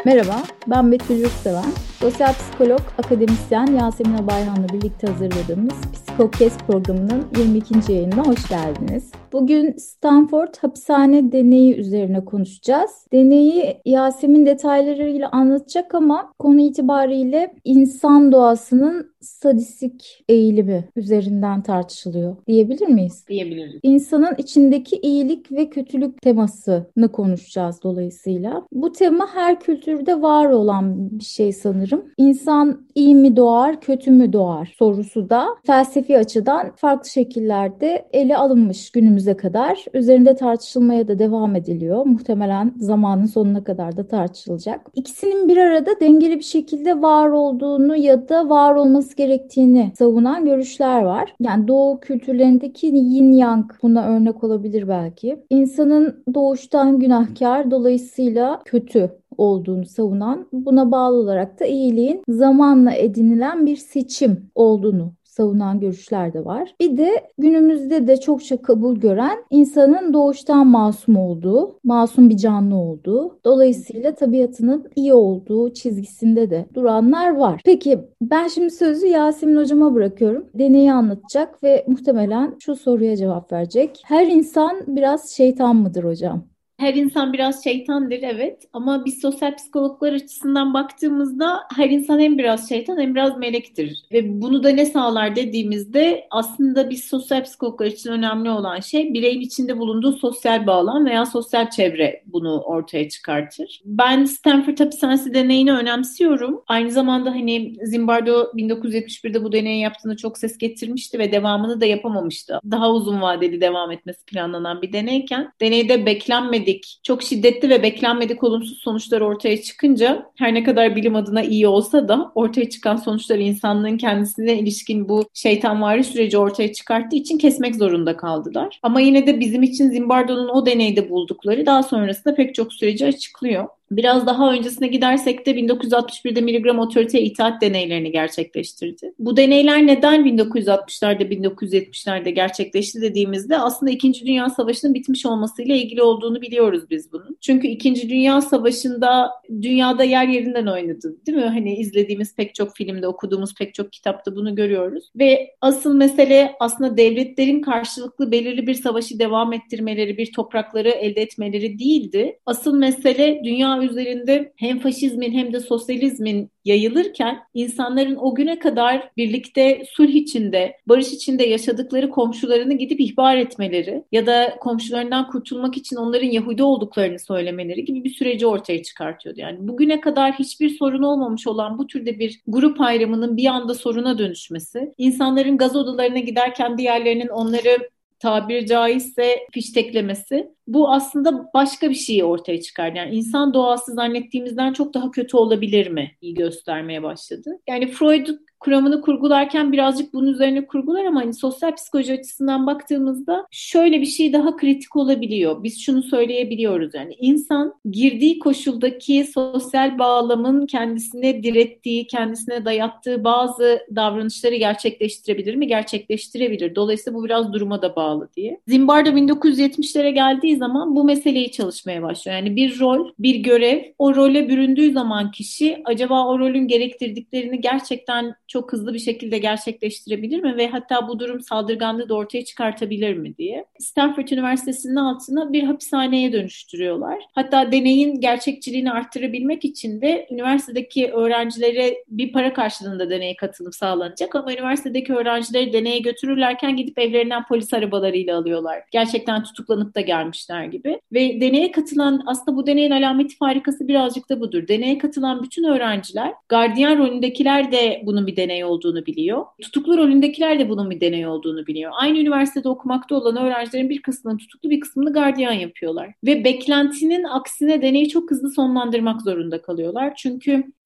Merhaba, ben Betül Yurtseven. Sosyal psikolog, akademisyen Yasemin Abayhan'la birlikte hazırladığımız Psikokes programının 22. yayınına hoş geldiniz. Bugün Stanford hapishane deneyi üzerine konuşacağız. Deneyi Yasemin detaylarıyla anlatacak ama konu itibariyle insan doğasının sadistik eğilimi üzerinden tartışılıyor diyebilir miyiz? Diyebiliriz. İnsanın içindeki iyilik ve kötülük temasını konuşacağız dolayısıyla. Bu tema her kültürde var olan bir şey sanırım. İnsan iyi mi doğar, kötü mü doğar sorusu da felsefi açıdan farklı şekillerde ele alınmış günümüze kadar. Üzerinde tartışılmaya da devam ediliyor. Muhtemelen zamanın sonuna kadar da tartışılacak. İkisinin bir arada dengeli bir şekilde var olduğunu ya da var olması gerektiğini savunan görüşler var. Yani Doğu kültürlerindeki yin yang buna örnek olabilir belki. İnsanın doğuştan günahkar, dolayısıyla kötü olduğunu savunan, buna bağlı olarak da iyiliğin zamanla edinilen bir seçim olduğunu savunan görüşler de var. Bir de günümüzde de çokça kabul gören insanın doğuştan masum olduğu, masum bir canlı olduğu, dolayısıyla tabiatının iyi olduğu çizgisinde de duranlar var. Peki ben şimdi sözü Yasemin hocama bırakıyorum. Deneyi anlatacak ve muhtemelen şu soruya cevap verecek. Her insan biraz şeytan mıdır hocam? Her insan biraz şeytandır, evet. Ama biz sosyal psikologlar açısından baktığımızda her insan hem biraz şeytan hem biraz melektir. Ve bunu da ne sağlar dediğimizde aslında biz sosyal psikologlar için önemli olan şey bireyin içinde bulunduğu sosyal bağlam veya sosyal çevre bunu ortaya çıkartır. Ben Stanford Hapishanesi deneyini önemsiyorum. Aynı zamanda hani Zimbardo 1971'de bu deneyi yaptığında çok ses getirmişti ve devamını da yapamamıştı. Daha uzun vadeli devam etmesi planlanan bir deneyken deneyde beklenmedik, çok şiddetli ve beklenmedik olumsuz sonuçlar ortaya çıkınca her ne kadar bilim adına iyi olsa da ortaya çıkan sonuçlar insanlığın kendisine ilişkin bu şeytanvari süreci ortaya çıkarttığı için kesmek zorunda kaldılar. Ama yine de bizim için Zimbardo'nun o deneyde buldukları daha sonrasında pek çok süreci açıklıyor. Biraz daha öncesine gidersek de 1961'de miligram otoriteye itaat deneylerini gerçekleştirdi. Bu deneyler neden 1960'larda 1970'lerde gerçekleşti dediğimizde aslında İkinci Dünya Savaşı'nın bitmiş olmasıyla ilgili olduğunu biliyoruz biz bunun. Çünkü İkinci Dünya Savaşı'nda dünyada yer yerinden oynadı, değil mi? Hani izlediğimiz pek çok filmde, okuduğumuz pek çok kitapta bunu görüyoruz. Ve asıl mesele aslında devletlerin karşılıklı belirli bir savaşı devam ettirmeleri, bir toprakları elde etmeleri değildi. Asıl mesele dünya üzerinde hem faşizmin hem de sosyalizmin yayılırken insanların o güne kadar birlikte sulh içinde, barış içinde yaşadıkları komşularını gidip ihbar etmeleri ya da komşularından kurtulmak için onların Yahudi olduklarını söylemeleri gibi bir süreci ortaya çıkartıyordu. Yani bugüne kadar hiçbir sorun olmamış olan bu türde bir grup ayrımının bir anda soruna dönüşmesi, insanların gaz odalarına giderken diğerlerinin onları tabiri caizse fişteklemesi, bu aslında başka bir şeyi ortaya çıkardı. Yani insan doğası zannettiğimizden çok daha kötü olabilir mi? İyi göstermeye başladı. Yani Freud kuramını kurgularken birazcık bunun üzerine kurgular ama hani sosyal psikoloji açısından baktığımızda şöyle bir şey daha kritik olabiliyor. Biz şunu söyleyebiliyoruz, yani insan girdiği koşuldaki sosyal bağlamın kendisine direttiği, kendisine dayattığı bazı davranışları gerçekleştirebilir mi? Gerçekleştirebilir. Dolayısıyla bu biraz duruma da bağlı diye. Zimbardo 1970'lere geldiği zaman bu meseleyi çalışmaya başlıyor. Yani bir rol, bir görev, o role büründüğü zaman kişi acaba o rolün gerektirdiklerini gerçekten çok hızlı bir şekilde gerçekleştirebilir mi ve hatta bu durum saldırganlığı da ortaya çıkartabilir mi diye. Stanford Üniversitesi'nin altına bir hapishaneye dönüştürüyorlar. Hatta deneyin gerçekçiliğini arttırabilmek için de üniversitedeki öğrencilere bir para karşılığında deneye katılım sağlanacak ama üniversitedeki öğrencileri deneye götürürlerken gidip evlerinden polis arabalarıyla alıyorlar. Gerçekten tutuklanıp da gelmişler gibi. Ve deneye katılan, aslında bu deneyin alameti farikası birazcık da budur. Deneye katılan bütün öğrenciler, gardiyan rolündekiler de bunun bir deney olduğunu biliyor. Tutuklu rolündekiler de bunun bir deney olduğunu biliyor. Aynı üniversitede okumakta olan öğrencilerin bir kısmını tutuklu, bir kısmını gardiyan yapıyorlar. Ve beklentinin aksine deneyi çok hızlı sonlandırmak zorunda kalıyorlar. Çünkü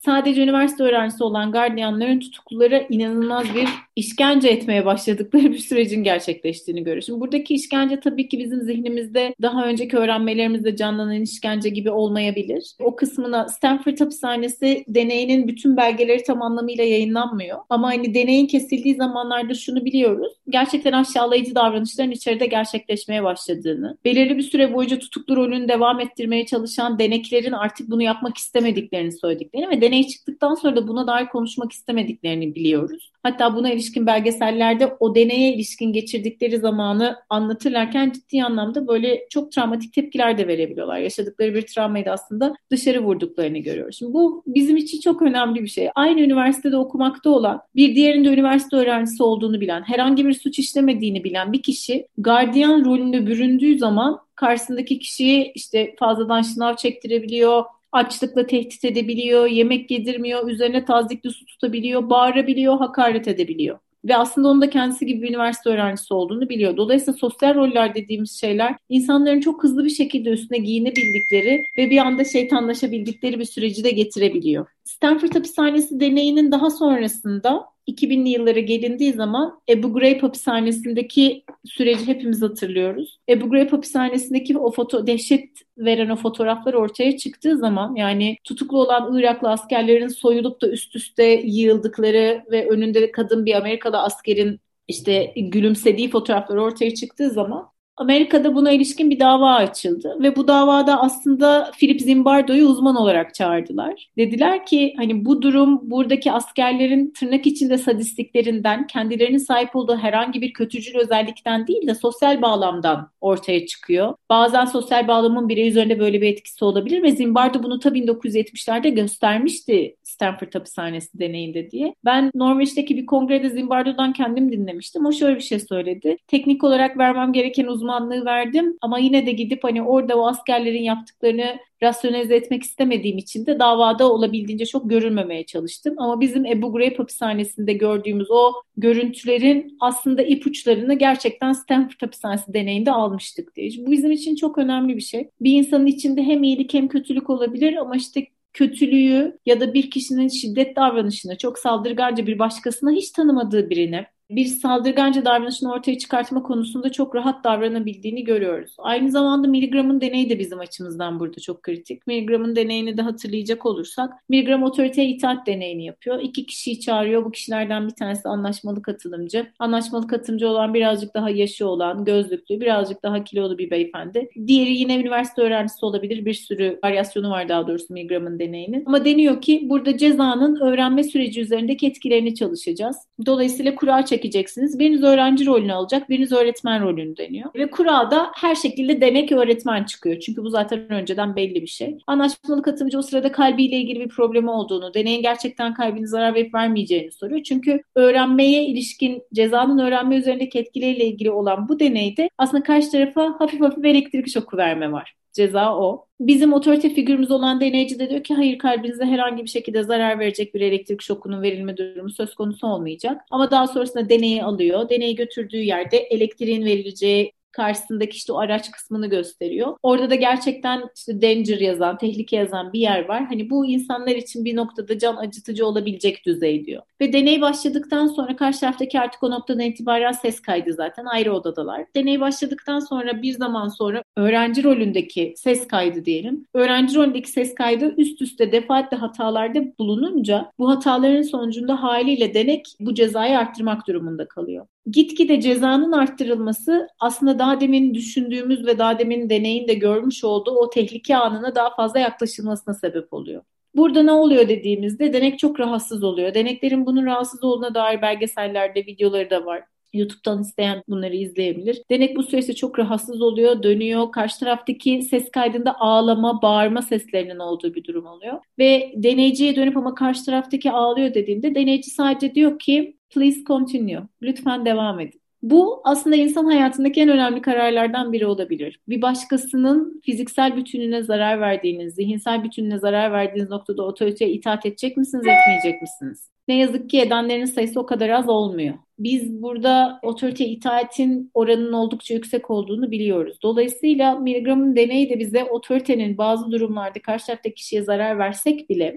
sadece üniversite öğrencisi olan gardiyanların tutuklulara inanılmaz bir işkence etmeye başladıkları bir sürecin gerçekleştiğini görüyoruz. Şimdi buradaki işkence tabii ki bizim zihnimizde daha önceki öğrenmelerimizde canlanan işkence gibi olmayabilir. O kısmına Stanford hapishanesi deneyinin bütün belgeleri tam anlamıyla yayınlanmıyor. Ama hani deneyin kesildiği zamanlarda şunu biliyoruz. Gerçekten aşağılayıcı davranışların içeride gerçekleşmeye başladığını, belirli bir süre boyunca tutuklu rolünü devam ettirmeye çalışan deneklerin artık bunu yapmak istemediklerini söylediklerini ve deney çıktıktan sonra da buna dair konuşmak istemediklerini biliyoruz. Hatta buna ilişkin belgesellerde o deneye ilişkin geçirdikleri zamanı anlatırlarken ciddi anlamda böyle çok travmatik tepkiler de verebiliyorlar. Yaşadıkları bir travmayı da aslında dışarı vurduklarını görüyoruz. Şimdi bu bizim için çok önemli bir şey. Aynı üniversitede okumakta olan, bir diğerinde üniversite öğrencisi olduğunu bilen, herhangi bir suç işlemediğini bilen bir kişi gardiyan rolünde büründüğü zaman karşısındaki kişiyi işte fazladan şınav çektirebiliyor, açlıkla tehdit edebiliyor, yemek yedirmiyor, üzerine tazyikli su tutabiliyor, bağırabiliyor, hakaret edebiliyor. Ve aslında onun da kendisi gibi bir üniversite öğrencisi olduğunu biliyor. Dolayısıyla sosyal roller dediğimiz şeyler insanların çok hızlı bir şekilde üstüne giyinebildikleri ve bir anda şeytanlaşabildikleri bir süreci de getirebiliyor. Stanford hapishanesi deneyinin daha sonrasında 2000'li yıllara gelindiği zaman Abu Ghraib hapishanesindeki süreci hepimiz hatırlıyoruz. Abu Ghraib hapishanesindeki o dehşet veren o fotoğraflar ortaya çıktığı zaman, yani tutuklu olan Iraklı askerlerin soyulup da üst üste yığıldıkları ve önünde kadın bir Amerikalı askerin işte gülümsediği fotoğraflar ortaya çıktığı zaman Amerika'da buna ilişkin bir dava açıldı ve bu davada aslında Philip Zimbardo'yu uzman olarak çağırdılar. Dediler ki hani bu durum buradaki askerlerin tırnak içinde sadistliklerinden, kendilerinin sahip olduğu herhangi bir kötücül özellikten değil de sosyal bağlamdan ortaya çıkıyor. Bazen sosyal bağlamın birey üzerinde böyle bir etkisi olabilir ve Zimbardo bunu ta 1970'lerde göstermişti Stanford hapishanesi deneyinde diye. Ben Norveç'teki bir kongrede Zimbardo'dan kendim dinlemiştim. O şöyle bir şey söyledi. Teknik olarak vermem gereken uzmanlığı verdim ama yine de gidip hani orada o askerlerin yaptıklarını rasyonelize etmek istemediğim için de davada olabildiğince çok görülmemeye çalıştım. Ama bizim Abu Ghraib hapishanesinde gördüğümüz o görüntülerin aslında ipuçlarını gerçekten Stanford hapishanesi deneyinde almıştık diye. Bu bizim için çok önemli bir şey. Bir insanın içinde hem iyilik hem kötülük olabilir ama işte kötülüğü ya da bir kişinin şiddet davranışını, çok saldırganca bir başkasına hiç tanımadığı birine bir saldırganca davranışını ortaya çıkartma konusunda çok rahat davranabildiğini görüyoruz. Aynı zamanda Milgram'ın deneyi de bizim açımızdan burada çok kritik. Milgram'ın deneyini de hatırlayacak olursak, Milgram otoriteye itaat deneyini yapıyor. İki kişiyi çağırıyor. Bu kişilerden bir tanesi anlaşmalı katılımcı. Anlaşmalı katılımcı olan birazcık daha yaşı olan, gözlüklü, birazcık daha kilolu bir beyefendi. Diğeri yine üniversite öğrencisi olabilir. Bir sürü varyasyonu var daha doğrusu Milgram'ın deneyinin. Ama deniyor ki burada cezanın öğrenme süreci üzerindeki etkilerini çalışacağız. Dolayısıyla kura çekeceksiniz. Biriniz öğrenci rolünü alacak, biriniz öğretmen rolünü deniyor. Ve kurada her şekilde demek öğretmen çıkıyor. Çünkü bu zaten önceden belli bir şey. Anlaşmalı katılımcı o sırada kalbiyle ilgili bir problemi olduğunu, deneyin gerçekten kalbine zarar verip vermeyeceğini soruyor. Çünkü öğrenmeye ilişkin, cezanın öğrenme üzerindeki etkileriyle ilgili olan bu deneyde aslında karşı tarafa hafif hafif elektrik şoku verme var. Ceza o. Bizim otorite figürümüz olan deneyici de diyor ki hayır, kalbinize herhangi bir şekilde zarar verecek bir elektrik şokunun verilme durumu söz konusu olmayacak. Ama daha sonrasında deneyi alıyor. Deneyi götürdüğü yerde elektriğin verileceği karşısındaki işte o araç kısmını gösteriyor. Orada da gerçekten işte danger yazan, tehlike yazan bir yer var. Hani bu insanlar için bir noktada can acıtıcı olabilecek düzey diyor. Ve deney başladıktan sonra karşı taraftaki artık o noktadan itibaren ses kaydı zaten ayrı odadalar. Deney başladıktan sonra bir zaman sonra öğrenci rolündeki ses kaydı diyelim. Öğrenci rolündeki ses kaydı üst üste defaatle hatalarda bulununca bu hataların sonucunda haliyle denek bu cezayı arttırmak durumunda kalıyor. Gitgide cezanın arttırılması aslında daha demin düşündüğümüz ve daha demin deneyin de görmüş olduğu o tehlike anına daha fazla yaklaşılmasına sebep oluyor. Burada ne oluyor dediğimizde denek çok rahatsız oluyor. Deneklerin bunun rahatsız olduğuna dair belgesellerde videoları da var. YouTube'dan isteyen bunları izleyebilir. Denek bu süreçte çok rahatsız oluyor, dönüyor. Karşı taraftaki ses kaydında ağlama, bağırma seslerinin olduğu bir durum oluyor. Ve deneyciye dönüp ama karşı taraftaki ağlıyor dediğinde deneyici sadece diyor ki please continue. Lütfen devam edin. Bu aslında insan hayatındaki en önemli kararlardan biri olabilir. Bir başkasının fiziksel bütününe zarar verdiğiniz, zihinsel bütününe zarar verdiğiniz noktada otoriteye itaat edecek misiniz, etmeyecek misiniz? Ne yazık ki edenlerin sayısı o kadar az olmuyor. Biz burada otoriteye itaatin oranının oldukça yüksek olduğunu biliyoruz. Dolayısıyla Milgram'ın deneyi de bize otoritenin bazı durumlarda karşı taraftaki kişiye zarar versek bile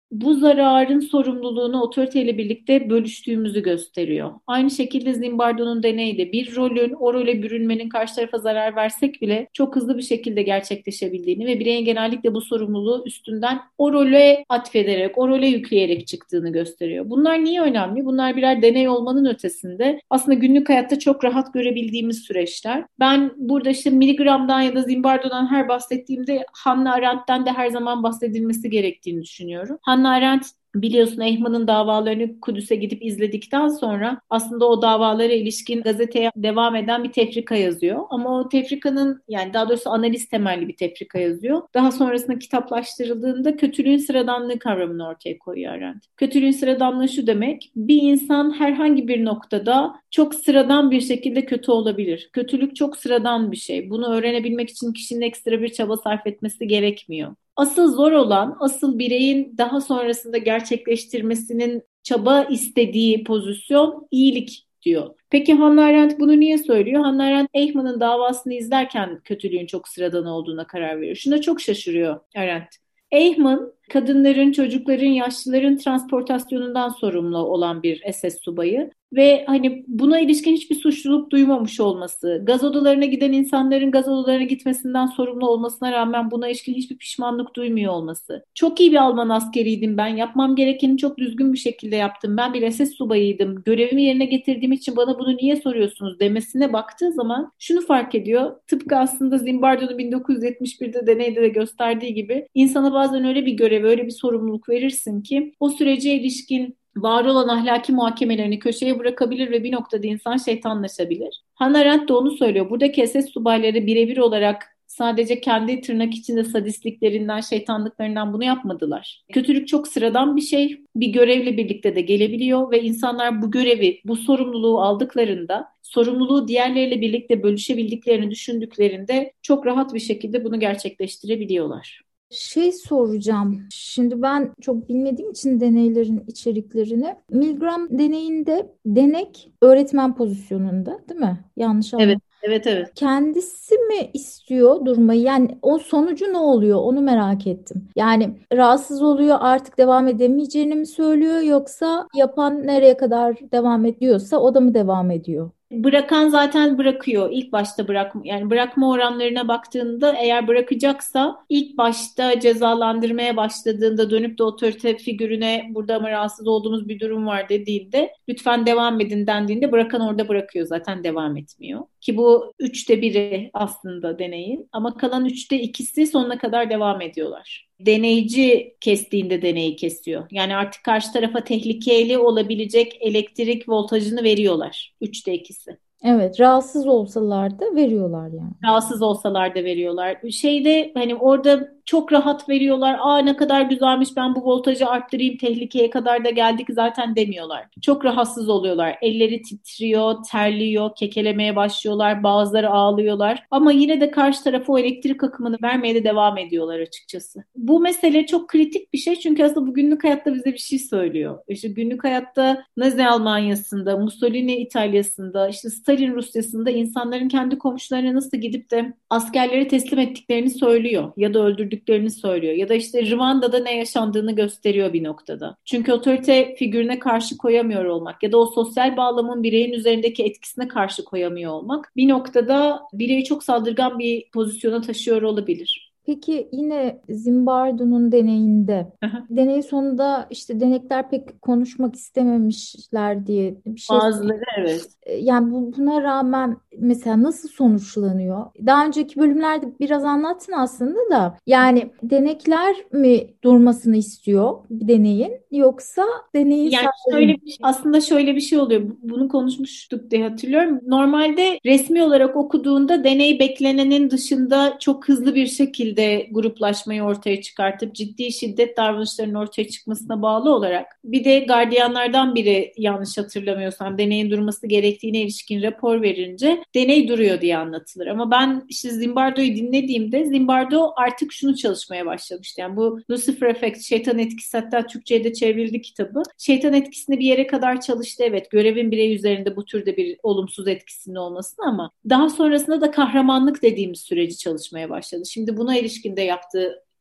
bu zararın sorumluluğunu otoriteyle birlikte bölüştüğümüzü gösteriyor. Aynı şekilde Zimbardo'nun deneyi de bir rolün, o role bürünmenin karşı tarafa zarar versek bile çok hızlı bir şekilde gerçekleşebildiğini ve bireyin genellikle bu sorumluluğu üstünden o role atfederek, o role yükleyerek çıktığını gösteriyor. Bunlar niye önemli? Bunlar birer deney olmanın ötesinde aslında günlük hayatta çok rahat görebildiğimiz süreçler. Ben burada işte Milgram'dan ya da Zimbardo'dan her bahsettiğimde Hannah Arendt'ten de her zaman bahsedilmesi gerektiğini düşünüyorum. Hannah Arendt biliyorsun Eichmann'ın davalarını Kudüs'e gidip izledikten sonra aslında o davalara ilişkin gazeteye devam eden bir tefrika yazıyor. Ama o tefrikanın yani daha doğrusu analiz temelli bir tefrika yazıyor. Daha sonrasında kitaplaştırıldığında kötülüğün sıradanlığı kavramını ortaya koyuyor Arendt. Kötülüğün sıradanlığı şu demek: bir insan herhangi bir noktada çok sıradan bir şekilde kötü olabilir. Kötülük çok sıradan bir şey. Bunu öğrenebilmek için kişinin ekstra bir çaba sarf etmesi gerekmiyor. Asıl zor olan, asıl bireyin daha sonrasında gerçekleştirmesinin çaba istediği pozisyon iyilik diyor. Peki Hannah Arendt bunu niye söylüyor? Hannah Arendt Eichmann'ın davasını izlerken kötülüğün çok sıradan olduğuna karar veriyor. Şuna çok şaşırıyor Arendt. Eichmann, kadınların, çocukların, yaşlıların transportasyonundan sorumlu olan bir SS subayı ve hani buna ilişkin hiçbir suçluluk duymamış olması, gaz odalarına giden insanların gaz odalarına gitmesinden sorumlu olmasına rağmen buna ilişkin hiçbir pişmanlık duymuyor olması. Çok iyi bir Alman askeriydim ben, yapmam gerekeni çok düzgün bir şekilde yaptım, ben bir SS subayıydım, görevimi yerine getirdiğim için bana bunu niye soruyorsunuz demesine baktığı zaman şunu fark ediyor. Tıpkı aslında Zimbardo'nun 1971'de deneyde de gösterdiği gibi insana bazen öyle bir görev, öyle bir sorumluluk verirsin ki o sürece ilişkin var olan ahlaki muhakemelerini köşeye bırakabilir ve bir noktada insan şeytanlaşabilir. Hannah Arendt de onu söylüyor. Buradaki SS subayları birebir olarak sadece kendi tırnak içinde sadistliklerinden, şeytanlıklarından bunu yapmadılar. Kötülük çok sıradan bir şey. Bir görevle birlikte de gelebiliyor ve insanlar bu görevi, bu sorumluluğu aldıklarında, sorumluluğu diğerleriyle birlikte bölüşebildiklerini düşündüklerinde çok rahat bir şekilde bunu gerçekleştirebiliyorlar. Şey soracağım. Şimdi ben çok bilmediğim için deneylerin içeriklerini. Milgram deneyinde denek öğretmen pozisyonunda, değil mi? Yanlış Evet, anlamadım. evet, evet. Kendisi mi istiyor durmayı? Yani o sonucu ne oluyor? Onu merak ettim. Yani rahatsız oluyor, artık devam edemeyeceğini mi söylüyor, yoksa yapan nereye kadar devam ediyorsa o da mı devam ediyor? Bırakan zaten bırakıyor. İlk başta yani bırakma oranlarına baktığında eğer bırakacaksa ilk başta cezalandırmaya başladığında dönüp de otorite figürüne burada ama rahatsız olduğumuz bir durum var dediğinde lütfen devam edin dendiğinde bırakan orada bırakıyor, zaten devam etmiyor. Ki bu 1/3 aslında deneyin ama kalan 2/3'ü sonuna kadar devam ediyorlar. Deneyici kestiğinde deneyi kesiyor. Yani artık karşı tarafa tehlikeli olabilecek elektrik voltajını veriyorlar. 2/3. Evet, rahatsız olsalar da veriyorlar yani. Rahatsız olsalar da veriyorlar. Şeyde hani orada çok rahat veriyorlar. Aa ne kadar güzelmiş, ben bu voltajı arttırayım, tehlikeye kadar da geldik zaten demiyorlar. Çok rahatsız oluyorlar. Elleri titriyor, terliyor, kekelemeye başlıyorlar. Bazıları ağlıyorlar. Ama yine de karşı tarafa o elektrik akımını vermeye de devam ediyorlar açıkçası. Bu mesele çok kritik bir şey çünkü aslında bu günlük hayatta bize bir şey söylüyor. İşte günlük hayatta Nazi Almanya'sında, Mussolini İtalya'sında, işte Stalin Rusya'sında insanların kendi komşularına nasıl gidip de askerleri teslim ettiklerini söylüyor ya da öldürdüklerini söylüyor ya da işte Rwanda'da ne yaşandığını gösteriyor bir noktada. Çünkü otorite figürüne karşı koyamıyor olmak ya da o sosyal bağlamın bireyin üzerindeki etkisine karşı koyamıyor olmak bir noktada bireyi çok saldırgan bir pozisyona taşıyor olabilir. Peki yine Zimbardo'nun deneyinde, Aha. deney sonunda işte denekler pek konuşmak istememişler diye bir şey. Bazıları evet. Yani buna rağmen mesela nasıl sonuçlanıyor? Daha önceki bölümlerde biraz anlattın aslında da, yani denekler mi durmasını istiyor bir deneyin, yoksa deneyin Yani sadece şöyle mi? aslında şöyle bir şey oluyor. Bunu konuşmuştuk diye hatırlıyorum. Normalde resmi olarak okuduğunda deney beklenenin dışında çok hızlı bir şekilde gruplaşmayı ortaya çıkartıp ciddi şiddet davranışlarının ortaya çıkmasına bağlı olarak bir de gardiyanlardan biri yanlış hatırlamıyorsam deneyin durması gerektiğine ilişkin rapor verince deney duruyor diye anlatılır. Ama ben işte Zimbardo'yu dinlediğimde Zimbardo artık şunu çalışmaya başlamıştı. Yani bu Lucifer Effect, şeytan etkisi, hatta Türkçe'ye de çevrildi kitabı. Şeytan etkisini bir yere kadar çalıştı. Evet, görevin birey üzerinde bu türde bir olumsuz etkisinin olmasını ama daha sonrasında da kahramanlık dediğimiz süreci çalışmaya başladı. Şimdi buna ilişkin de yaptığı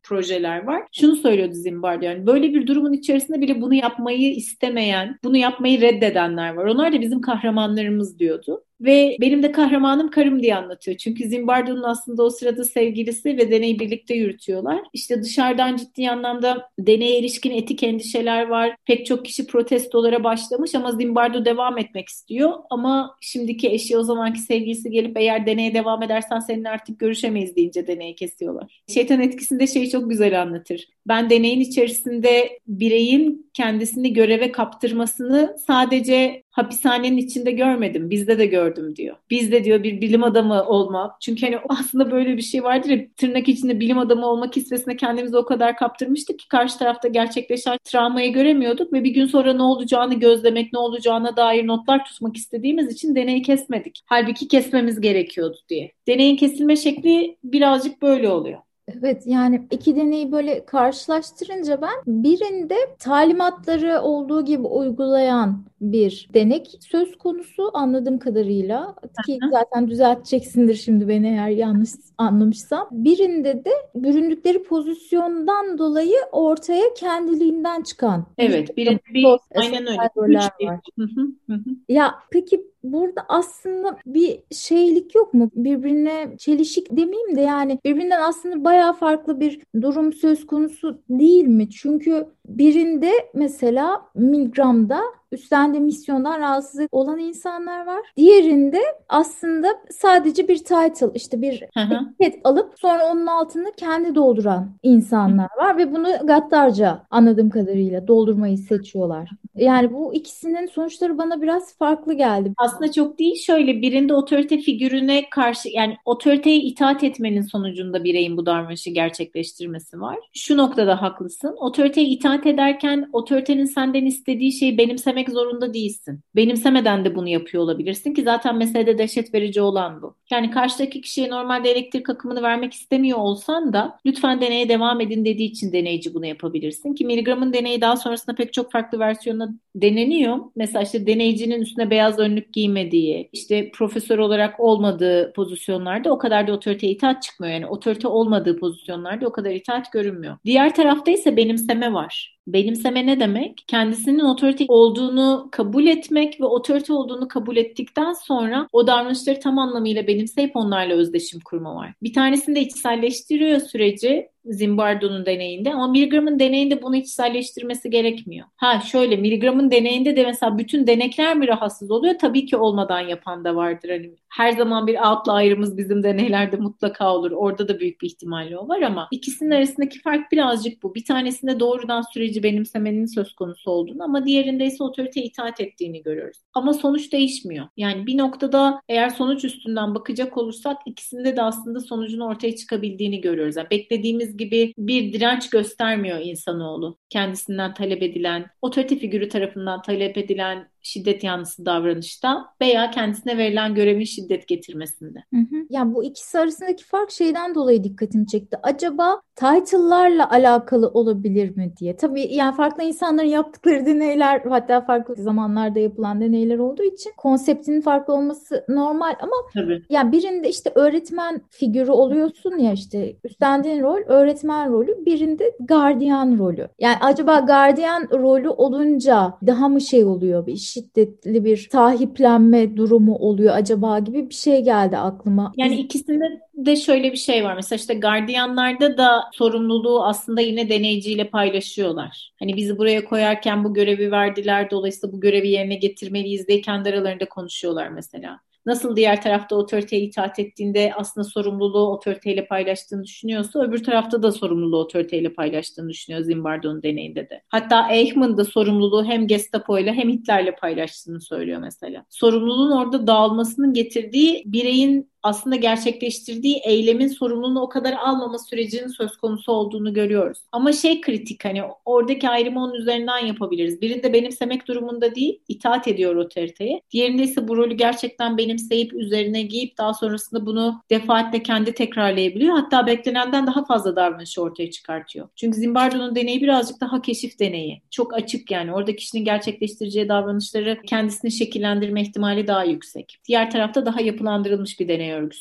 projeler var. Şunu söylüyordu Zimbardo, yani böyle bir durumun içerisinde bile bunu yapmayı istemeyen, bunu yapmayı reddedenler var. Onlar da bizim kahramanlarımız diyordu. Ve benim de kahramanım karım diye anlatıyor. Çünkü Zimbardo'nun aslında o sırada sevgilisi ve deneyi birlikte yürütüyorlar. İşte dışarıdan ciddi anlamda deneye ilişkin etik endişeler var. Pek çok kişi protestolara başlamış ama Zimbardo devam etmek istiyor. Ama şimdiki eşi, o zamanki sevgilisi gelip eğer deneye devam edersen seninle artık görüşemeyiz deyince deneyi kesiyorlar. Şeytan Etkisi'nde şeyi çok güzel anlatır. Ben deneyin içerisinde bireyin kendisini göreve kaptırmasını sadece hapishanenin içinde görmedim, bizde de gördüm diyor. Bizde diyor bir bilim adamı olmak. Çünkü hani aslında böyle bir şey vardır ya, tırnak içinde bilim adamı olmak hissesine kendimizi o kadar kaptırmıştık ki karşı tarafta gerçekleşen travmayı göremiyorduk ve bir gün sonra ne olacağını gözlemek, ne olacağına dair notlar tutmak istediğimiz için deneyi kesmedik. Halbuki kesmemiz gerekiyordu diye. Deneyin kesilme şekli birazcık böyle oluyor. Evet, yani iki deneyi böyle karşılaştırınca ben birinde talimatları olduğu gibi uygulayan bir denek söz konusu anladığım kadarıyla, ki zaten düzelteceksindir şimdi beni eğer yanlış anlamışsam. Birinde de büründükleri pozisyondan dolayı ortaya kendiliğinden çıkan Evet, bir aynen öyle. roller var. Hı hı, hı hı. Ya peki burada aslında bir şeylik yok mu? Birbirine çelişik demeyeyim de yani birbirinden aslında bayağı farklı bir durum söz konusu değil mi? Çünkü birinde mesela Milgram'da üstlendiği misyondan rahatsız olan insanlar var. Diğerinde aslında sadece bir title, işte bir Hı hı. etiket alıp sonra onun altını kendi dolduran insanlar var ve bunu gaddarca anladığım kadarıyla doldurmayı seçiyorlar. Yani bu ikisinin sonuçları bana biraz farklı geldi. Aslında çok değil. Şöyle, birinde otorite figürüne karşı, yani otoriteye itaat etmenin sonucunda bireyin bu davranışı gerçekleştirmesi var. Şu noktada haklısın. Otoriteye itaat ederken otoritenin senden istediği şeyi benimsemek zorunda değilsin. Benimsemeden de bunu yapıyor olabilirsin ki zaten meselede dehşet verici olan bu. Yani karşıdaki kişiye normalde elektrik akımını vermek istemiyor olsan da lütfen deneye devam edin dediği için deneyici bunu yapabilirsin ki Milgram'ın deneyi daha sonrasında pek çok farklı versiyonda deneniyor. Mesela işte deneyicinin üstüne beyaz önlük giymediği, işte profesör olarak olmadığı pozisyonlarda o kadar da otoriteye itaat çıkmıyor. Yani otorite olmadığı pozisyonlarda o kadar itaat görünmüyor. Diğer tarafta ise benimseme var. Benimseme ne demek? Kendisinin otorite olduğunu kabul etmek ve otorite olduğunu kabul ettikten sonra o davranışları tam anlamıyla benimseyip onlarla özdeşim kurma var. Bir tanesini de içselleştiriyor süreci Zimbardo'nun deneyinde, ama Milgram'ın deneyinde bunu içselleştirmesi gerekmiyor. Ha şöyle, Milgram'ın deneyinde de mesela bütün denekler mi rahatsız oluyor? Tabii ki olmadan yapan da vardır. Hani her zaman bir outlier'ımız bizim deneylerde mutlaka olur. Orada da büyük bir ihtimalle o var ama ikisinin arasındaki fark birazcık bu. Bir tanesinde doğrudan süreci benimsemenin söz konusu olduğunu ama diğerinde ise otoriteye itaat ettiğini görüyoruz. Ama sonuç değişmiyor. Yani bir noktada eğer sonuç üstünden bakacak olursak ikisinde de aslında sonucun ortaya çıkabildiğini görüyoruz. Yani beklediğimiz gibi bir direnç göstermiyor insanoğlu. Kendisinden talep edilen, otorite figürü tarafından talep edilen şiddet yanlısı davranışta veya kendisine verilen görevin şiddet getirmesinde. Hı hı. Yani bu ikisi arasındaki fark şeyden dolayı dikkatimi çekti. Acaba title'larla alakalı olabilir mi diye. Tabii yani farklı insanların yaptıkları deneyler, hatta farklı zamanlarda yapılan deneyler olduğu için konseptinin farklı olması normal ama Tabii. yani birinde işte öğretmen figürü oluyorsun ya, işte üstlendiğin rol öğretmen rolü, birinde gardiyan rolü. Yani acaba gardiyan rolü olunca daha mı şey oluyor, bir şiddetli bir sahiplenme durumu oluyor acaba gibi bir şey geldi aklıma. Yani ikisinde de şöyle bir şey var. Mesela işte gardiyanlarda da sorumluluğu aslında yine deneyiciyle paylaşıyorlar. Hani bizi buraya koyarken bu görevi verdiler, dolayısıyla bu görevi yerine getirmeliyiz diye kendi aralarında konuşuyorlar mesela. Nasıl diğer tarafta otoriteye itaat ettiğinde aslında sorumluluğu otoriteyle paylaştığını düşünüyorsa, öbür tarafta da sorumluluğu otoriteyle paylaştığını düşünüyor Zimbardo'nun deneyinde de. Hatta Eichmann da sorumluluğu hem Gestapo ile hem Hitler'le paylaştığını söylüyor mesela. Sorumluluğun orada dağılmasının getirdiği, bireyin aslında gerçekleştirdiği eylemin sorumluluğunu o kadar almama sürecinin söz konusu olduğunu görüyoruz. Ama şey kritik, hani oradaki ayrımı onun üzerinden yapabiliriz. Birinde benimsemek durumunda değil, itaat ediyor otoriteye. Diğerinde ise bu rolü gerçekten benimseyip üzerine giyip daha sonrasında bunu defaatle kendi tekrarlayabiliyor. Hatta beklenenden daha fazla davranışı ortaya çıkartıyor. Çünkü Zimbardo'nun deneyi birazcık daha keşif deneyi. Çok açık yani. Orada kişinin gerçekleştireceği davranışları kendisini şekillendirme ihtimali daha yüksek. Diğer tarafta daha yapılandırılmış bir deney örgüsü var.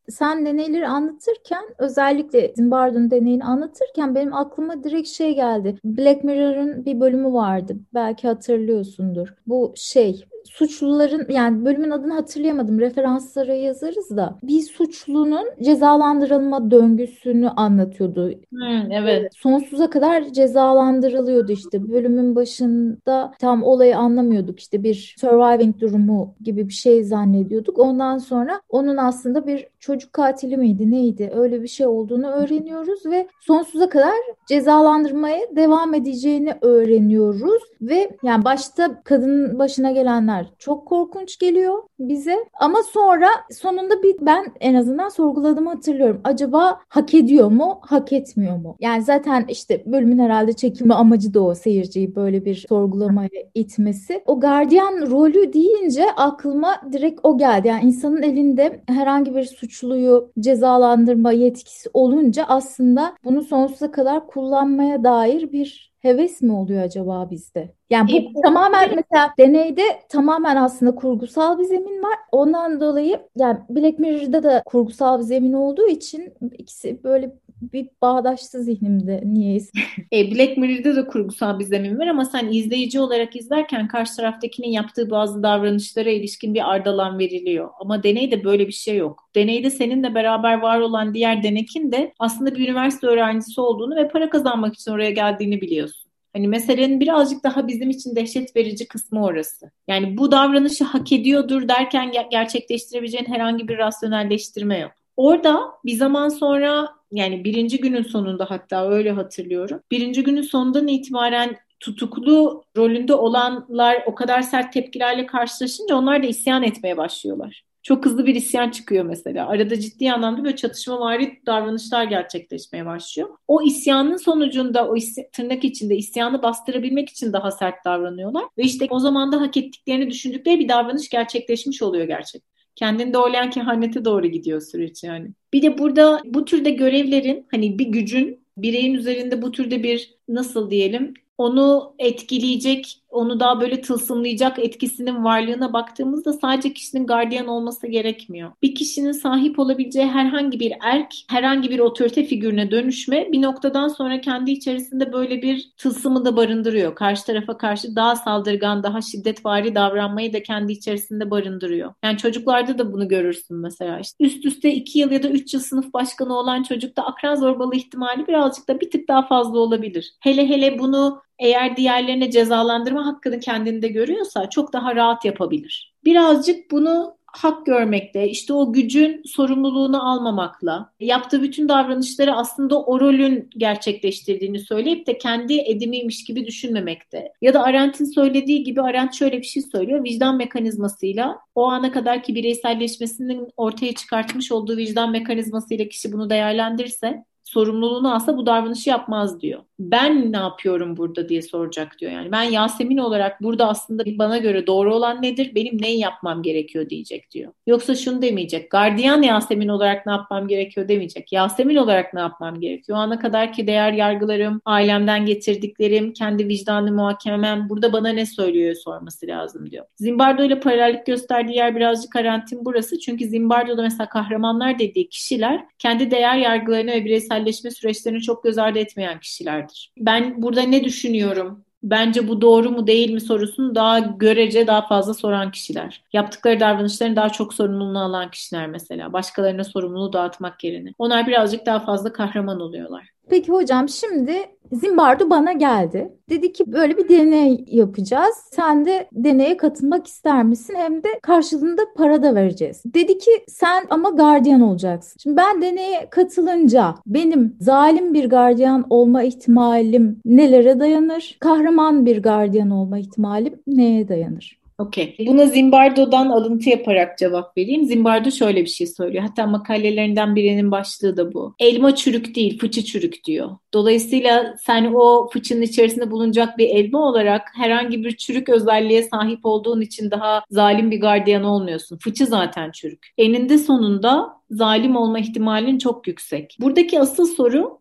Sen deneyleri anlatırken, özellikle Zimbardo'nun deneyini anlatırken benim aklıma direkt şey geldi. Black Mirror'ın bir bölümü vardı. Belki hatırlıyorsundur. Bu suçluların, yani bölümün adını hatırlayamadım. Referanslara yazarız da. Bir suçlunun cezalandırılma döngüsünü anlatıyordu. Evet. Sonsuza kadar cezalandırılıyordu işte. Bölümün başında tam olayı anlamıyorduk. İşte bir surviving durumu gibi bir şey zannediyorduk. Ondan sonra onun aslında bir çocuk katili miydi neydi, öyle bir şey olduğunu öğreniyoruz ve sonsuza kadar cezalandırmaya devam edeceğini öğreniyoruz. Ve yani başta kadının başına gelenler çok korkunç geliyor bize. Ama sonra sonunda ben en azından sorguladığımı hatırlıyorum. Acaba hak ediyor mu, hak etmiyor mu? Yani zaten işte bölümün herhalde çekimi amacı da o, seyirciyi böyle bir sorgulamaya itmesi. O gardiyan rolü deyince aklıma direkt o geldi. Yani insanın elinde herhangi bir suçluyu cezalandırma yetkisi olunca aslında bunu sonsuza kadar kullanmaya dair bir heves mi oluyor acaba bizde? Yani bu tamamen, mesela deneyde tamamen aslında kurgusal bir zemin var. Ondan dolayı yani Black Mirror'da da kurgusal bir zemin olduğu için ikisi böyle bir bağdaştı zihnimde niyeyse. Black Mirror'da da kurgusal bir zemin var ama sen izleyici olarak izlerken karşı taraftakinin yaptığı bazı davranışlara ilişkin bir ardalan veriliyor. Ama deneyde böyle bir şey yok. Deneyde seninle beraber var olan diğer denekin de aslında bir üniversite öğrencisi olduğunu ve para kazanmak için oraya geldiğini biliyorsun. Hani meselenin birazcık daha bizim için dehşet verici kısmı orası. Yani bu davranışı hak ediyordur derken gerçekleştirebileceğin herhangi bir rasyonelleştirme yok. Orada bir zaman sonra, yani birinci günün sonunda, hatta öyle hatırlıyorum. Birinci günün sonundan itibaren tutuklu rolünde olanlar o kadar sert tepkilerle karşılaşınca onlar da isyan etmeye başlıyorlar. Çok hızlı bir isyan çıkıyor mesela. Arada ciddi anlamda böyle çatışmavari davranışlar gerçekleşmeye başlıyor. O isyanın sonucunda tırnak içinde isyanı bastırabilmek için daha sert davranıyorlar. Ve işte o zaman da hak ettiklerini düşündükleri bir davranış gerçekleşmiş oluyor gerçekten. Kendinde oylayan kehanete doğru gidiyor süreç yani. Bir de burada bu türde görevlerin, hani bir gücün bireyin üzerinde bu türde bir, nasıl diyelim, onu etkileyecek, onu daha böyle tılsımlayacak etkisinin varlığına baktığımızda sadece kişinin gardiyan olması gerekmiyor. Bir kişinin sahip olabileceği herhangi bir erk, herhangi bir otorite figürüne dönüşme bir noktadan sonra kendi içerisinde böyle bir tılsımı da barındırıyor. Karşı tarafa karşı daha saldırgan, daha şiddetvari davranmayı da kendi içerisinde barındırıyor. Yani çocuklarda da bunu görürsün mesela. İşte üst üste 2 yıl ya da 3 yıl sınıf başkanı olan çocukta akran zorbalığı ihtimali birazcık da bir tık daha fazla olabilir. Hele hele bunu eğer diğerlerine cezalandırma hakkını kendinde görüyorsa çok daha rahat yapabilir. Birazcık bunu hak görmekle, işte o gücün sorumluluğunu almamakla, yaptığı bütün davranışları aslında o rolün gerçekleştirdiğini söyleyip de kendi edimiymiş gibi düşünmemekte. Ya da Arendt'in söylediği gibi, Arendt şöyle bir şey söylüyor: vicdan mekanizmasıyla, o ana kadarki bireyselleşmesinin ortaya çıkartmış olduğu vicdan mekanizmasıyla kişi bunu değerlendirirse, sorumluluğunu alsa bu davranışı yapmaz diyor. Ben ne yapıyorum burada diye soracak diyor. Yani ben Yasemin olarak burada aslında bana göre doğru olan nedir? Benim neyi yapmam gerekiyor diyecek diyor. Yoksa şunu demeyecek: gardiyan Yasemin olarak ne yapmam gerekiyor demeyecek. Yasemin olarak ne yapmam gerekiyor? O ana kadarki değer yargılarım, ailemden getirdiklerim, kendi vicdanlı muhakemem burada bana ne söylüyor sorması lazım diyor. Zimbardo ile paralellik gösterdiği yer birazcık Arendt'in burası. Çünkü Zimbardo'da mesela kahramanlar dediği kişiler kendi değer yargılarını ve bireyselleşme süreçlerini çok göz ardı etmeyen kişilerdir. Ben burada ne düşünüyorum, bence bu doğru mu değil mi sorusunu daha görece daha fazla soran kişiler. Yaptıkları davranışların daha çok sorumluluğunu alan kişiler mesela. Başkalarına sorumluluğu dağıtmak yerine. Onlar birazcık daha fazla kahraman oluyorlar. Peki hocam, şimdi Zimbardo bana geldi. Dedi ki böyle bir deney yapacağız. Sen de deneye katılmak ister misin? Hem de karşılığında para da vereceğiz. Dedi ki sen ama gardiyan olacaksın. Şimdi ben deneye katılınca benim zalim bir gardiyan olma ihtimalim nelere dayanır? Kahraman bir gardiyan olma ihtimalim neye dayanır? Okey. Buna Zimbardo'dan alıntı yaparak cevap vereyim. Zimbardo şöyle bir şey söylüyor. Hatta makalelerinden birinin başlığı da bu: elma çürük değil, fıçı çürük diyor. Dolayısıyla sen o fıçının içerisinde bulunacak bir elma olarak herhangi bir çürük özelliğe sahip olduğun için daha zalim bir gardiyan olmuyorsun. Fıçı zaten çürük. Eninde sonunda zalim olma ihtimalin çok yüksek. Buradaki asıl soru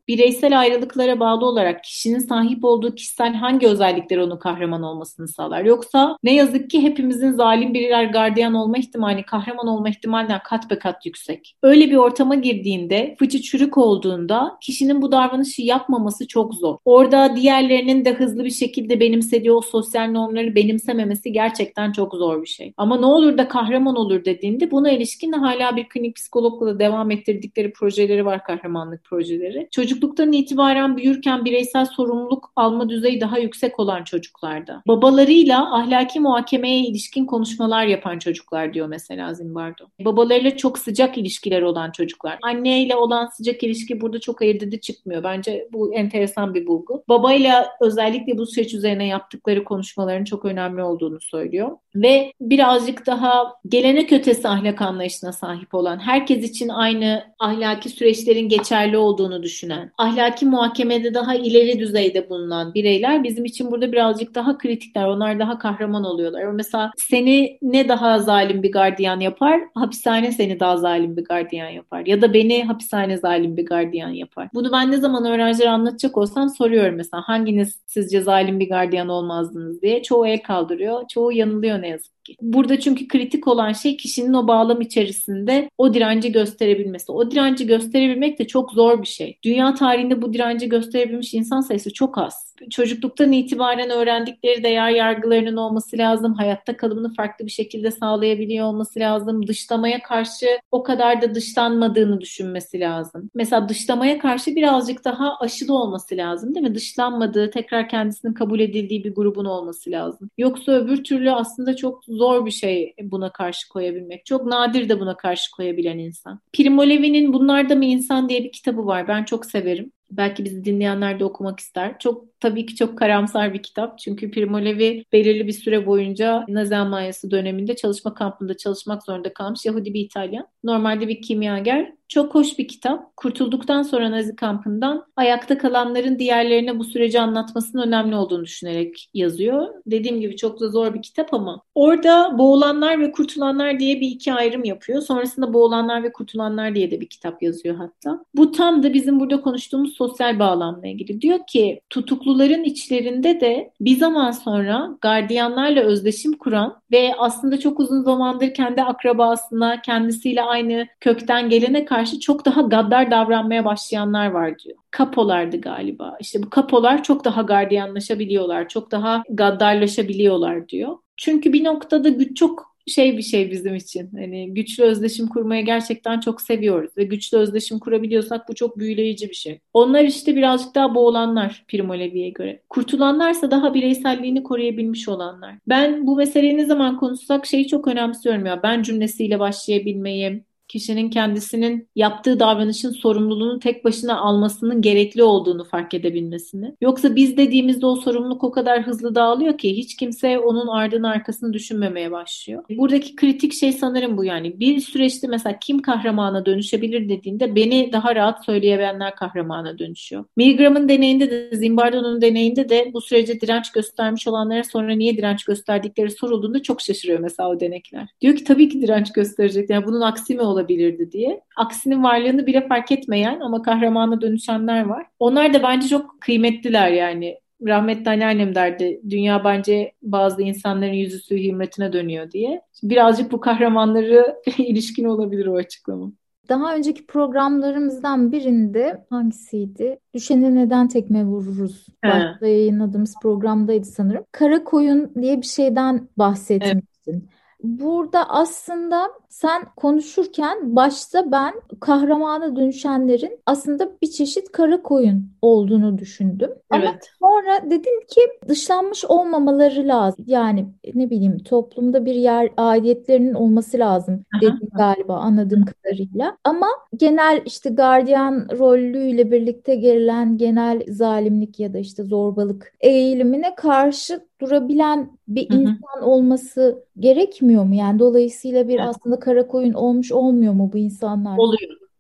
bireysel ayrılıklara bağlı olarak kişinin sahip olduğu kişisel hangi özellikler onun kahraman olmasını sağlar? Yoksa ne yazık ki hepimizin zalim birer gardiyan olma ihtimali, kahraman olma ihtimalinden kat be kat yüksek. Öyle bir ortama girdiğinde, fıçı çürük olduğunda kişinin bu davranışı yapmaması çok zor. Orada diğerlerinin de hızlı bir şekilde benimsediği o sosyal normları benimsememesi gerçekten çok zor bir şey. Ama ne olur da kahraman olur dediğinde buna ilişkin hala bir klinik psikologla da devam ettirdikleri projeleri var, kahramanlık projeleri. Çocukluktan itibaren büyürken bireysel sorumluluk alma düzeyi daha yüksek olan çocuklarda. Babalarıyla ahlaki muhakemeye ilişkin konuşmalar yapan çocuklar diyor mesela Zimbardo. Babalarıyla çok sıcak ilişkiler olan çocuklar. Anneyle olan sıcak ilişki burada çok ayırt edici çıkmıyor. Bence bu enteresan bir bulgu. Babayla özellikle bu süreç üzerine yaptıkları konuşmaların çok önemli olduğunu söylüyor. Ve birazcık daha gelenek ötesi ahlak anlayışına sahip olan, herkes için aynı ahlaki süreçlerin geçerli olduğunu düşünen, ahlaki muhakemede daha ileri düzeyde bulunan bireyler bizim için burada birazcık daha kritikler. Onlar daha kahraman oluyorlar. Mesela seni ne daha zalim bir gardiyan yapar? Hapishane seni daha zalim bir gardiyan yapar. Ya da beni hapishane zalim bir gardiyan yapar. Bunu ben ne zaman öğrencilere anlatacak olsam soruyorum mesela, hanginiz sizce zalim bir gardiyan olmazdınız diye. Çoğu el kaldırıyor. Çoğu yanılıyor ne yazık ki. Burada çünkü kritik olan şey kişinin o bağlam içerisinde o direnci gösterebilmesi. O direnci gösterebilmek de çok zor bir şey. Dünya tarihinde bu direnci gösterebilmiş insan sayısı çok az. Çocukluktan itibaren öğrendikleri değer yargılarının olması lazım. Hayatta kalımını farklı bir şekilde sağlayabiliyor olması lazım. Dışlamaya karşı o kadar da dışlanmadığını düşünmesi lazım. Mesela dışlamaya karşı birazcık daha aşılı olması lazım, değil mi? Dışlanmadığı, tekrar kendisinin kabul edildiği bir grubun olması lazım. Yoksa öbür türlü aslında çok zor bir şey buna karşı koyabilmek. Çok nadir de buna karşı koyabilen insan. Primo Levi'nin Bunlar da mı İnsan diye bir kitabı var. Ben çok severim. Belki bizi dinleyenler de okumak ister. Çok, tabii ki çok karamsar bir kitap. Çünkü Primo Levi belirli bir süre boyunca Nazi Almanyası döneminde çalışma kampında çalışmak zorunda kalmış Yahudi bir İtalyan. Normalde bir kimyager. Çok hoş bir kitap. Kurtulduktan sonra Nazi kampından ayakta kalanların diğerlerine bu süreci anlatmasının önemli olduğunu düşünerek yazıyor. Dediğim gibi çok da zor bir kitap ama orada boğulanlar ve kurtulanlar diye bir iki ayrım yapıyor. Sonrasında boğulanlar ve kurtulanlar diye de bir kitap yazıyor hatta. Bu tam da bizim burada konuştuğumuz sosyal bağlamla ilgili. Diyor ki tutukluların içlerinde de bir zaman sonra gardiyanlarla özdeşim kuran ve aslında çok uzun zamandır kendi akrabasına, kendisiyle aynı kökten gelene karşı çok daha gaddar davranmaya başlayanlar var diyor. Kapolardı galiba. İşte bu kapolar çok daha gardiyanlaşabiliyorlar, çok daha gaddarlaşabiliyorlar diyor. Çünkü bir noktada güç çok bir şey bizim için. Hani güçlü özdeşim kurmaya gerçekten çok seviyoruz ve güçlü özdeşim kurabiliyorsak bu çok büyüleyici bir şey. Onlar işte birazcık daha boğulanlar Primo Levi'ye göre. Kurtulanlarsa daha bireyselliğini koruyabilmiş olanlar. Ben bu meseleyi ne zaman konuşsak çok önemsiyorum ya. Ben cümlesiyle başlayabilmeyi, kişinin kendisinin yaptığı davranışın sorumluluğunu tek başına almasının gerekli olduğunu fark edebilmesini. Yoksa biz dediğimizde o sorumluluk o kadar hızlı dağılıyor ki hiç kimse onun ardını arkasını düşünmemeye başlıyor. Buradaki kritik şey sanırım bu yani. Bir süreçte mesela kim kahramana dönüşebilir dediğinde beni daha rahat söyleyebilenler kahramana dönüşüyor. Milgram'ın deneyinde de Zimbardo'nun deneyinde de bu sürece direnç göstermiş olanlara sonra niye direnç gösterdikleri sorulduğunda çok şaşırıyor mesela o denekler. Diyor ki tabii ki direnç gösterecek. Yani bunun aksi mi olabilirdi diye. Aksinin varlığını bile fark etmeyen ama kahramana dönüşenler var. Onlar da bence çok kıymetliler yani. Rahmetli anneannem derdi, dünya bence bazı insanların yüzüstü himmetine dönüyor diye. Birazcık bu kahramanları ilişkin olabilir o açıklama. Daha önceki programlarımızdan birinde hangisiydi? Düşene neden tekme vururuz? He, Başta yayınladığımız programdaydı sanırım. Kara koyun diye bir şeyden evet. bahsetmiştin. Burada aslında sen konuşurken başta ben kahramana dönüşenlerin aslında bir çeşit kara koyun olduğunu düşündüm. Ama Evet. sonra dedim ki dışlanmış olmamaları lazım. Yani ne bileyim toplumda bir yer aidiyetlerinin olması lazım Aha. dedim galiba anladığım kadarıyla. Ama genel işte gardiyan rollüyle birlikte gelen genel zalimlik ya da işte zorbalık eğilimine karşı durabilen bir Hı hı. insan olması gerekmiyor mu? Yani dolayısıyla bir Evet. aslında kara koyun olmuş olmuyor mu bu insanlar? Oluyor.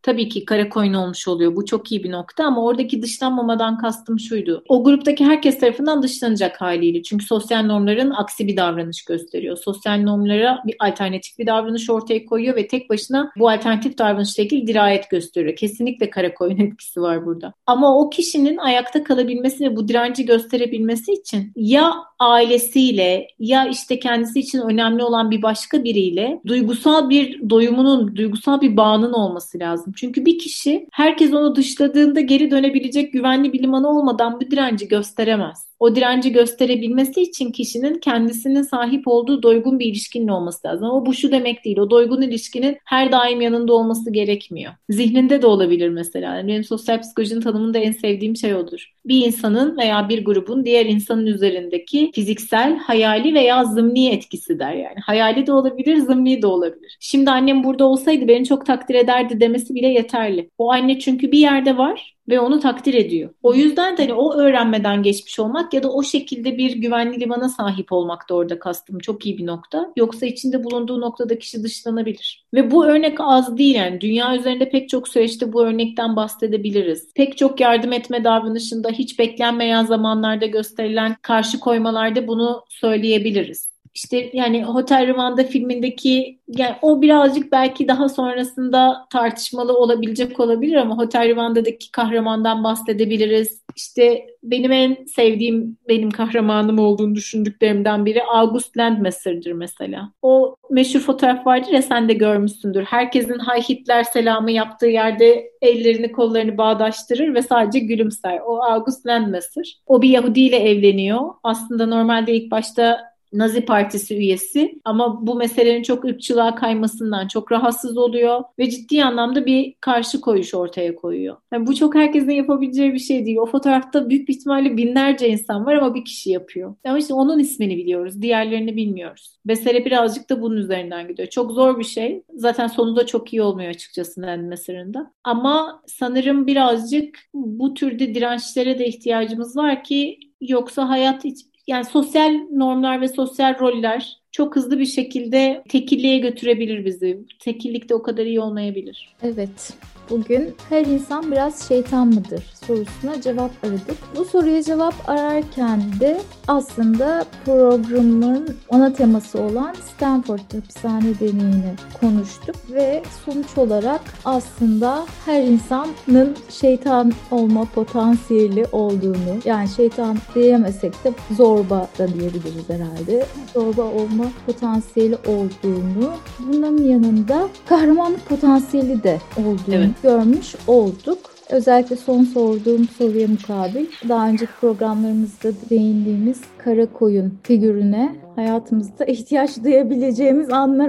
tabii ki kara koyun olmuş oluyor. Bu çok iyi bir nokta ama oradaki dışlanmamadan kastım şuydu. O gruptaki herkes tarafından dışlanacak haliyle. Çünkü sosyal normların aksi bir davranış gösteriyor. Sosyal normlara bir alternatif bir davranış ortaya koyuyor ve tek başına bu alternatif davranışla ilgili dirayet gösteriyor. Kesinlikle kara koyun etkisi var burada. Ama o kişinin ayakta kalabilmesi ve bu direnci gösterebilmesi için ya ailesiyle ya işte kendisi için önemli olan bir başka biriyle duygusal bir doyumunun, duygusal bir bağının olması lazım. Çünkü bir kişi herkes onu dışladığında geri dönebilecek güvenli bir limanı olmadan bu direnci gösteremez. O direnci gösterebilmesi için kişinin kendisinin sahip olduğu doygun bir ilişkinin olması lazım. Ama bu şu demek değil. O doygun ilişkinin her daim yanında olması gerekmiyor. Zihninde de olabilir mesela. Yani benim sosyal psikolojinin tanımında en sevdiğim şey odur. Bir insanın veya bir grubun diğer insanın üzerindeki fiziksel, hayali veya zımni etkisi der yani. Hayali de olabilir, zımni de olabilir. Şimdi annem burada olsaydı beni çok takdir ederdi demesi bile yeterli. O anne çünkü bir yerde var ve onu takdir ediyor. O yüzden de hani o öğrenmeden geçmiş olmak ya da o şekilde bir güvenli limana sahip olmak da orada kastım. Çok iyi bir nokta. Yoksa içinde bulunduğu noktada kişi dışlanabilir. Ve bu örnek az değil yani. Dünya üzerinde pek çok süreçte bu örnekten bahsedebiliriz. Pek çok yardım etme davranışında hiç beklenmeyen zamanlarda gösterilen karşı koymalarda bunu söyleyebiliriz. İşte yani Hotel Rwanda filmindeki yani o birazcık belki daha sonrasında tartışmalı olabilecek olabilir ama Hotel Rwanda'daki kahramandan bahsedebiliriz. İşte benim en sevdiğim benim kahramanım olduğunu düşündüklerimden biri August Landmasser'dır mesela. O meşhur fotoğraf vardır ya sen de görmüşsündür. Herkesin Hay Hitler selamı yaptığı yerde ellerini kollarını bağdaştırır ve sadece gülümser. O August Landmasser. O bir Yahudi ile evleniyor. Aslında normalde ilk başta Nazi Partisi üyesi ama bu meselenin çok ırkçılığa kaymasından çok rahatsız oluyor ve ciddi anlamda bir karşı koyuş ortaya koyuyor. Yani bu çok herkesin yapabileceği bir şey değil. O fotoğrafta büyük bir ihtimalle binlerce insan var ama bir kişi yapıyor. Ama işte onun ismini biliyoruz, diğerlerini bilmiyoruz. Mesele birazcık da bunun üzerinden gidiyor. Çok zor bir şey. Zaten sonu da çok iyi olmuyor açıkçası Nandi Messer'ında. Ama sanırım birazcık bu türde dirençlere de ihtiyacımız var ki yoksa hayat yani sosyal normlar ve sosyal roller çok hızlı bir şekilde tekilliğe götürebilir bizi. Tekillik de o kadar iyi olmayabilir. Evet. Bugün her insan biraz şeytan mıdır sorusuna cevap aradık. Bu soruya cevap ararken de aslında programın ana teması olan Stanford hapishane deneyini konuştuk ve sonuç olarak aslında her insanın şeytan olma potansiyeli olduğunu, yani şeytan diyemesek de zorba da diyebiliriz herhalde. Zorba olma potansiyeli olduğunu, bunun yanında kahramanlık potansiyeli de olduğunu görmüş olduk. Özellikle son sorduğum soruya mukabil daha önceki programlarımızda değindiğimiz kara koyun figürüne hayatımızda ihtiyaç duyabileceğimiz anlar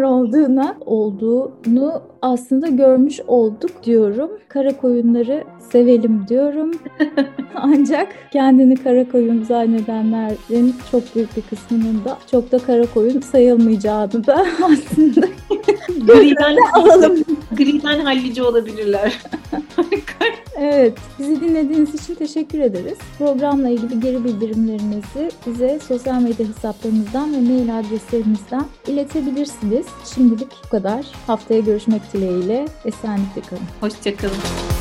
olduğunu aslında görmüş olduk diyorum. Kara koyunları sevelim diyorum. Ancak kendini kara koyun zannedenlerin çok büyük bir kısmının da çok da kara koyun sayılmayacağını da aslında griden hallici olabilirler. Evet, bizi dinlediğiniz için teşekkür ederiz. Programla ilgili geri bildirimlerinizi bize sosyal medya hesaplarımızdan ve mail adreslerimizden iletebilirsiniz. Şimdilik bu kadar. Haftaya görüşmek dileğiyle. Esenlikle kalın. Hoşça kalın.